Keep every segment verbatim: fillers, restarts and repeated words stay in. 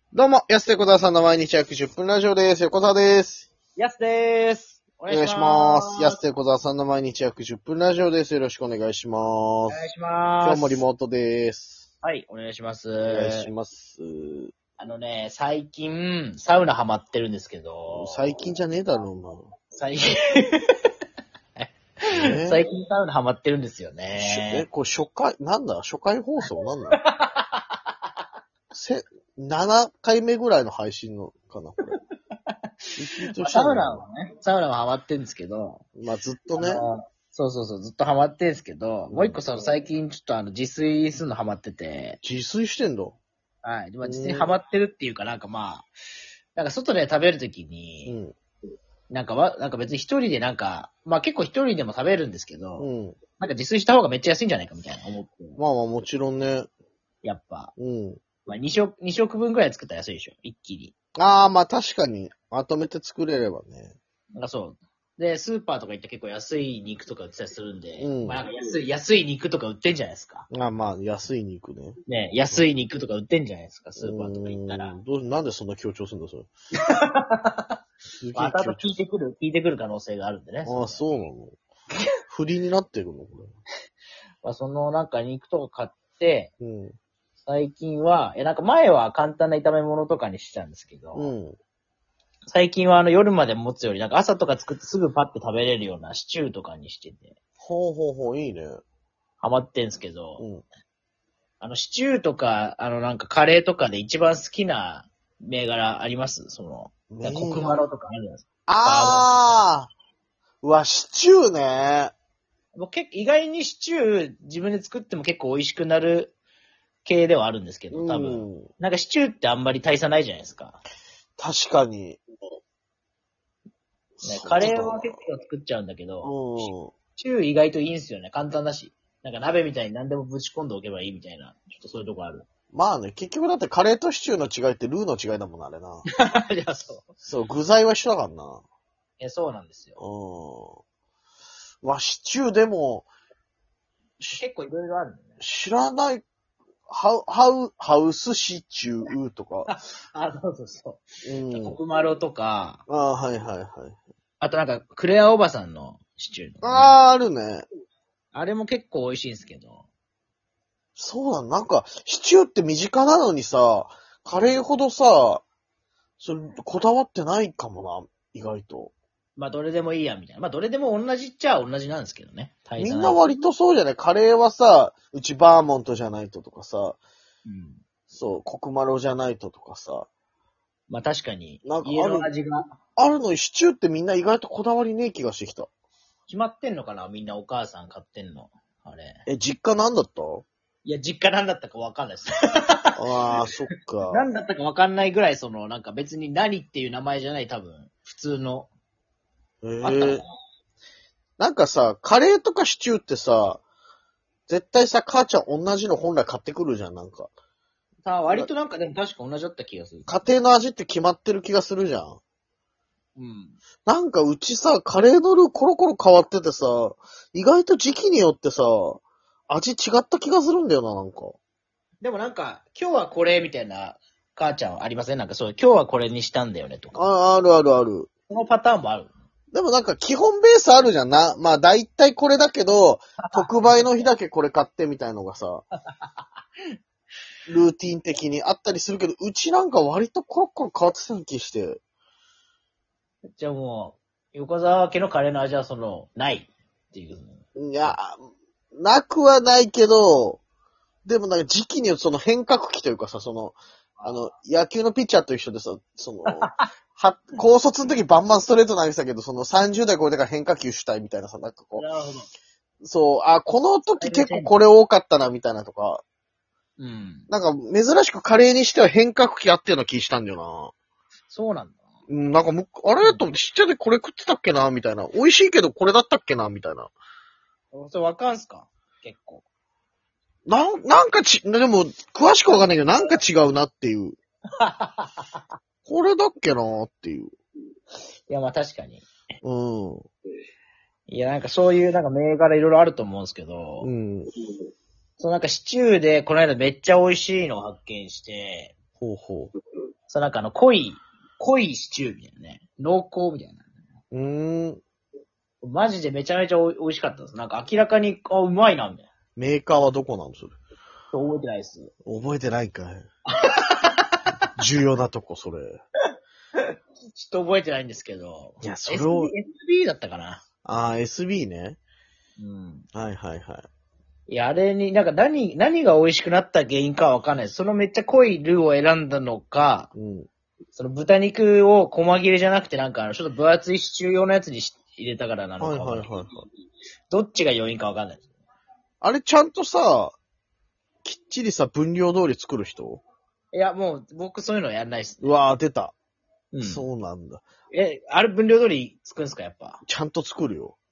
どうも、安手小沢さんの毎日約じゅっぷんラジオです。横澤です。 やすでーす。おお願いします。安手小沢さんの毎日約じゅっぷんラジオです。よろしくお願いします。 お願いします。 今日もリモートです。 はい、お願いします。 お願いします。 あのね、最近、サウナハマってるんですけど。 最近じゃねえだろうな。 最近、最近サウナハマってるんですよね。 え、これ初回、なんだ初回放送なんだせ、ななかいめぐらいの配信のかなこれ。 サウナはね、サウナはハマってるんですけど。 まあずっとね。 そうそうそう、ずっとハマってるんですけど、うん、もう一個その最近ちょっとあの自炊するのハマってて。 自炊してんだ。 はい。でも自炊ハマってるっていうかなんかまあ、なんか外で食べるときに、うんなんかわ、なんか別に一人でなんか、まあ結構一人でも食べるんですけど、うん、なんか自炊した方がめっちゃ安いんじゃないかみたいな思って。 まあまあもちろんね。 やっぱ。 うん。 まあ二食、二食分くらい作ったら安いでしょ一気に。 ああ、まあ確かに、まとめて作れればね。 なんかそう。で、スーパーとか行って結構安い肉とか売ってたりするんで、うん、まあなんか安い、安い肉とか売ってんじゃないですか。 あまあ、安い肉ね。 ね、安い肉とか売ってんじゃないですか、スーパーとか行ったら。 どうなんでそんな強調するんだ、それ。 すげえ。また聞いてくる、聞いてくる可能性があるんでね。 ああ、そうなの。振りになってるのこれ。 まあそのなんか肉とか買って、うん、最近は、え、なんか前は簡単な炒め物とかにしてたんですけど、うん、最近はあの夜まで持つより、なんか朝とか作ってすぐパッて食べれるようなシチューとかにしてて。 ほうほうほう、いいね。 ハマってんすけど、うん、あのシチューとか、あのなんかカレーとかで一番好きな銘柄ありますその、コクマロとかあるじゃないですか。 あーうわ、シチューね。 結意外にシチュー自分で作っても結構美味しくなる系ではあるんですけど、多分。うん、なんかシチューってあんまり大差ないじゃないですか。 確かに。 ね、カレーは結構作っちゃうんだけど、シチュー意外といいんすよね。簡単だし。なんか鍋みたいに何でもぶち込んでおけばいいみたいな。ちょっとそういうとこある。 まあね、結局だってカレーとシチューの違いってルーの違いだもんな、あれな。 いや、そう。 そう、具材は一緒だからな。 え、そうなんですよ。 うん。わ、シチューでも、 結構いろいろあるんだよね。 知らない、ハウ、ハウ、ハウスシチューとか。 あ、そうそうそう。うん。コクマロとか。 ああ、はいはいはい。 あとなんか、クレアおばさんのシチュー、ね。 ああ、あるね。 あれも結構美味しいんですけど。 そうだ、なんか、シチューって身近なのにさ、カレーほどさ、それ、こだわってないかもな、意外と。 まあ、どれでもいいや、みたいな。まあ、どれでも同じっちゃ同じなんですけどね。 みんな割とそうじゃない？カレーはさ、うちバーモントじゃないととかさ、うん、そう、コクマロじゃないととかさ。 まあ、確かに、なんか家の味が。 あるのにシチューってみんな意外とこだわりねえ気がしてきた。 決まってんのかなみんなお母さん買ってんの。あれ。 え、実家なんだった？ いや、実家なんだったかわかんないです。 ああ、そっか。 なんだったかわかんないぐらい、その、なんか別に何っていう名前じゃない、多分、普通の。 ええー。なんかさ、カレーとかシチューってさ、絶対さ、母ちゃん同じの本来買ってくるじゃん、なんか。 さあ、割となんかでも確か同じだった気がする。 家庭の味って決まってる気がするじゃん。 うん。 なんかうちさ、カレーのルーコロコロ変わっててさ、意外と時期によってさ、味違った気がするんだよな、なんか。 でもなんか、今日はこれみたいな、母ちゃんありません？なんかそう、今日はこれにしたんだよねとか。 あ、あるあるある。 このパターンもある。 でもなんか基本ベースあるじゃんな。まあ大体これだけど、特売の日だけこれ買ってみたいのがさ、ルーティン的にあったりするけど、うちなんか割とコロコロ変わってた気して。 じゃあもう、横沢家のカレーの味はその、ないっていう。 いや、なくはないけど、でもなんか時期によってその変革期というかさ、その、あの、野球のピッチャーと一緒でさ、その、は、高卒の時バンバンストレート投げてたけど、そのさんじゅう代超えてから変化球主体みたいなさ、なんかこう。 なるほど。 そう、あ、この時結構これ多かったな、みたいなとか。 うん。 なんか珍しくカレーにしては変革期あっていうの気したんだよな。 そうなんだ。 うん、なんかむ、あれと思ってちっちゃいでこれ食ってたっけな、みたいな。美味しいけどこれだったっけな、みたいな。 それわかんすか？結構。 なん、なんかち、でも、詳しくわかんないけど、なんか違うなっていう。これだっけなーっていう。 いや、まあ確かに。 うん。 いや、なんかそういうなんか銘柄いろいろあると思うんですけど、うん。そうなんかシチューでこの間めっちゃ美味しいのを発見して、 ほうほう。 そうなんかあの、濃い、濃いシチューみたいなね。濃厚みたいな。 うーん。 マジでめちゃめちゃおい美味しかったです。なんか明らかに、あ、うまいな、みたいな。 メーカーはどこなのそれ。 覚えてないです。 覚えてないかい。重要なとこ、それ。 ちょっと覚えてないんですけど。 いや、それを。 エスビー だったかな。 ああ、エスビー ね。 うん。 はいはいはい。 いや、あれに、なんか何、何が美味しくなった原因かはわかんないです。そのめっちゃ濃いルーを選んだのか、うん、その豚肉を細切れじゃなくてなんかあの、ちょっと分厚いシチュー用のやつに入れたからなのか。はいはいはい、はい。どっちが要因かわかんないです。 あれちゃんとさ、きっちりさ、分量通り作る人？ いや、もう、僕そういうのやんないっす、 ね。うわぁ、出た。 うん。 そうなんだ。 え、あれ分量通り作るんすか、やっぱ。 ちゃんと作るよ。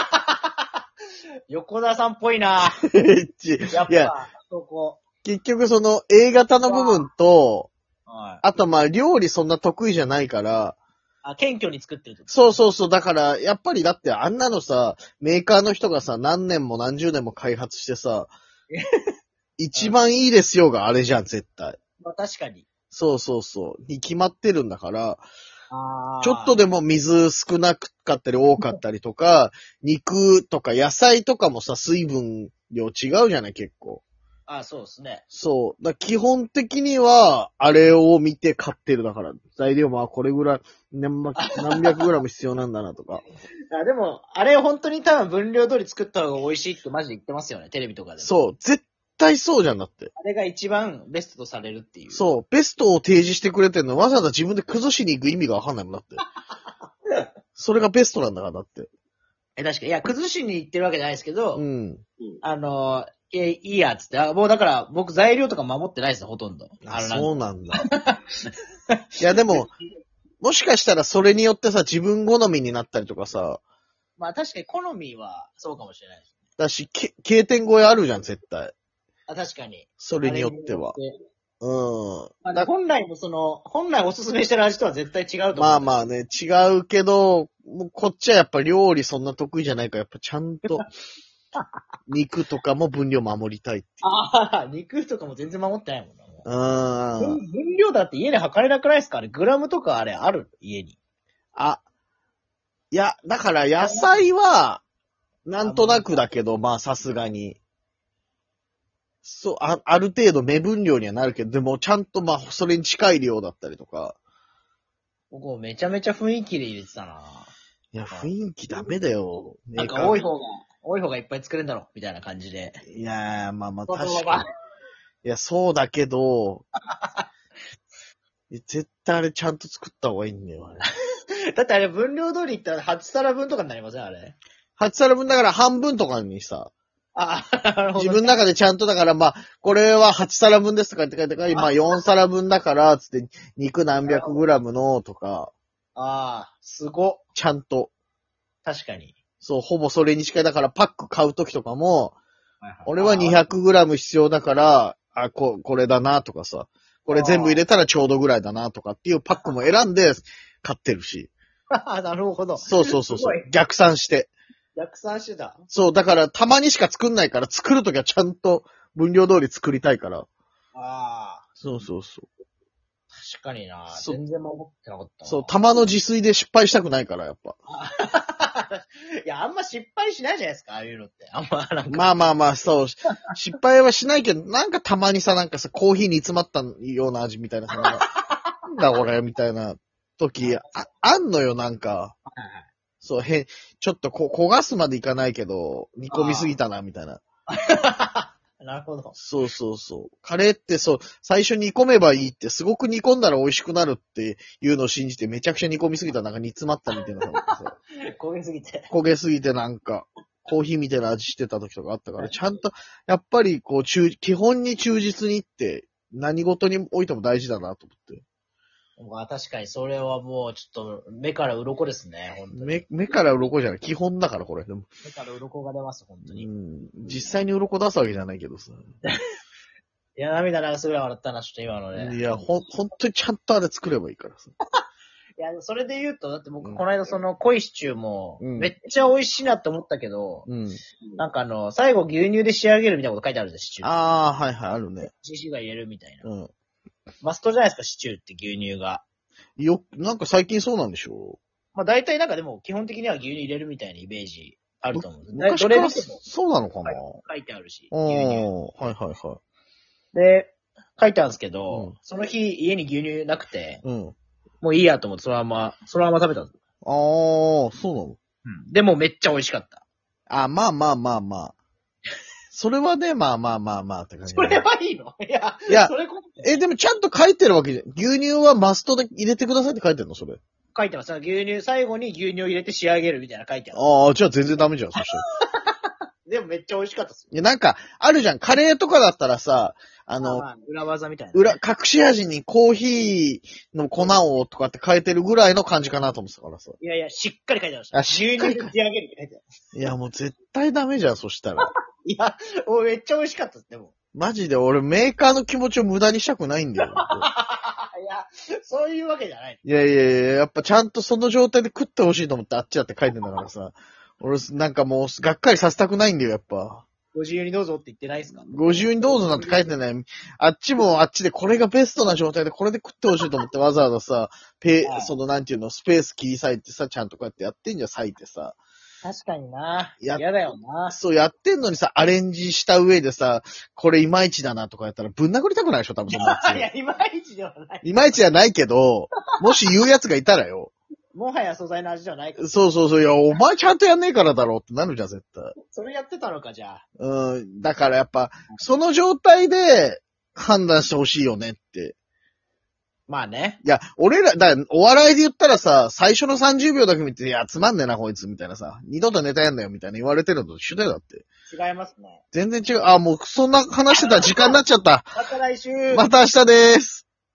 横田さんっぽいなやっぱ、いや、そこ。 結局その A 型の部分と、はい、あとまあ料理そんな得意じゃないから、 あ、謙虚に作ってるってこと？ そうそうそう。だから、やっぱりだってあんなのさ、メーカーの人がさ、何年も何十年も開発してさ、一番いいですよがあれじゃん、絶対。 まあ確かに。 そうそうそう。に決まってるんだから、あちょっとでも水少なかったり多かったりとか、肉とか野菜とかもさ、水分量違うじゃない、結構。 ああ、そうですね。 そう。だ基本的には、あれを見て買ってるだから、材料もこれぐらい、何百グラム必要なんだなとか。 あでも、あれ本当に多分分量通り作った方が美味しいってマジで言ってますよね、テレビとかでも。 そう。絶対そうじゃんだって。 あれが一番ベストとされるっていう。 そう。ベストを提示してくれてるのわざわざ自分で崩しに行く意味がわかんないもんだって。それがベストなんだから、だって。 え、確かに。いや、崩しに行ってるわけじゃないですけど、うん。あの、え、いいや、つって。あもうだから、僕材料とか守ってないですよ、ほとんど。 あそうなんだ。いや、でも、もしかしたらそれによってさ、自分好みになったりとかさ。 まあ確かに好みはそうかもしれないです。 だし、け、経典超えあるじゃん、絶対。 あ、確かに。 それによっては。うん。 まあ、本来のその、本来おすすめしてる味とは絶対違うと思う。 まあまあね、違うけど、もうこっちはやっぱ料理そんな得意じゃないから、やっぱちゃんと、肉とかも分量守りたいっていう。 ああ、肉とかも全然守ってないもんな。 うん。分量だって家で測れなくないですかあれ、グラムとかあれある家に。 あ、いや、だから野菜は、なんとなくだけど、まあさすがに。そう、あ、ある程度目分量にはなるけど、でもちゃんとまあそれに近い量だったりとか。 僕めちゃめちゃ雰囲気で入れてたな。 いや、雰囲気ダメだよ。 なんか多い方が、多い方がいっぱい作れるんだろ、みたいな感じで。 いやー、まあまあ確かに。いや、そうだけど、絶対あれちゃんと作った方がいいんだよ、あれ。だってあれ分量通りいったらはち皿分とかになりませんあれ。 はち皿分だから半分とかにさ、 あ、なるほど、ね。 自分の中でちゃんとだから、まあ、これははち皿分ですとかって書いてから、まあよん皿分だから、つって肉何百グラムのとか。 ああ、すご。 ちゃんと。 確かに。 そう、ほぼそれに近い。だからパック買うときとかも、はいはい、俺はにひゃくグラム必要だから、あ、こ、これだなとかさ、これ全部入れたらちょうどぐらいだなとかっていうパックも選んで買ってるし。 なるほど。 そうそうそうそう。逆算して。 逆算してた。 そう、だからたまにしか作んないから、作るときはちゃんと分量通り作りたいから。ああ。 そうそうそう。 確かにな。全然守ってなかったな。 そう、玉の自炊で失敗したくないから、やっぱ。 いや、あんま失敗しないじゃないですか、ああいうのって。あんまなんか。 まあまあまあ、そう。失敗はしないけど、なんかたまにさ、なんかさ、コーヒーに詰まったような味みたいなさ、なんだこれ、みたいな時、あ、あんのよ、なんか。そう、へん、ちょっとこ焦がすまでいかないけど、煮込みすぎたな、みたいな。 なるほど。 そうそうそう。カレーってそう、最初煮込めばいいって、すごく煮込んだら美味しくなるっていうのを信じて、めちゃくちゃ煮込みすぎたなんか煮詰まったみたいなさ。 焦げすぎて。 焦げすぎてなんか、コーヒーみたいな味してた時とかあったから、ちゃんと、やっぱりこう、中、基本に忠実にって、何事においても大事だなと思って。 まあ確かにそれはもうちょっと目から鱗ですね、本当に。 目、目から鱗じゃない、基本だからこれ。でも目から鱗が出ます、本当に。 うん。実際に鱗出すわけじゃないけどさ。 いや、涙流すぐらい笑ったな、ちょっと今のね。 いや、ほん、本当にちゃんとあれ作ればいいからさ。 いや、それで言うと、だって僕、この間その濃いシチューも、めっちゃ美味しいなって思ったけど、うん、なんかあの、最後牛乳で仕上げるみたいなこと書いてあるんです、シチュー。 ああ、はいはい、あるね。 ジーシー が入れるみたいな。うん。 マストじゃないですか、シチューって牛乳が。 よ、なんか最近そうなんでしょまあ大体なんかでも基本的には牛乳入れるみたいなイメージあると思う。 昔からそうなのかな、 書いてあるし。 牛乳。はいはいはい。 で、書いてあるんですけど、うん、その日家に牛乳なくて、うん、もういいやと思ってそのまま、そのまま食べた。ああ、 そうなの、 うん、でもめっちゃ美味しかった。 あ、まあまあまあまあ。それはね、まあまあまあまあって感じ。 それはいいのいや、 いや、それこえ、でもちゃんと書いてるわけじゃん。牛乳はマストで入れてくださいって書いてるのそれ。 書いてます。牛乳、最後に牛乳を入れて仕上げるみたいな書いてある。 ああ、じゃあ全然ダメじゃん、そしたら。 でもめっちゃ美味しかったっす。 いや、なんか、あるじゃん。カレーとかだったらさ、あの、 まあ、裏技みたいな、 ね。裏、隠し味にコーヒーの粉をとかって書いてるぐらいの感じかなと思ってたからさ。 いやいや、しっかり書いてありました。あ、しっかり。牛乳で仕上げるって書いてある。 いや、もう絶対ダメじゃん、そしたら。 いや、もうめっちゃ美味しかったっす、でも。 マジで俺メーカーの気持ちを無駄にしたくないんだよ。 いや、そういうわけじゃない。 いやいやいや、やっぱちゃんとその状態で食ってほしいと思ってあっちだって書いてんだからさ。俺、なんかもう、がっかりさせたくないんだよ、やっぱ。 ご自由にどうぞって言ってないですか？ ご自由にどうぞなんて書いてない。あっちもあっちでこれがベストな状態でこれで食ってほしいと思ってわざわざさ、ペ、はい、そのなんていうの、スペース切り裂いてさ、ちゃんとこうやってやってんじゃん、裂いてさ。 確かにな。やだよな。 そう、やってんのにさ、アレンジした上でさ、これいまいちだなとかやったらぶん殴りたくないでしょ、多分そんなやつ。 いや、いまいちではない。 いまいちじゃないけど、もし言うやつがいたらよ。 もはや素材の味じゃないから。 そうそうそう。いや、お前ちゃんとやんねえからだろうってなるじゃん、絶対。 それやってたのか、じゃあ。 うん。だからやっぱ、その状態で判断してほしいよねって。 まあね。 いや、俺ら、だお笑いで言ったらさ、最初のさんじゅうびょうだけ見て、いや、つまんねえな、こいつ、みたいなさ、二度とネタやんなよ、みたいな言われてるのと一緒だよ、だって。 違いますね。 全然違う。あ、もう、そんな話してたら時間になっちゃった。 また来週。 また明日でーす。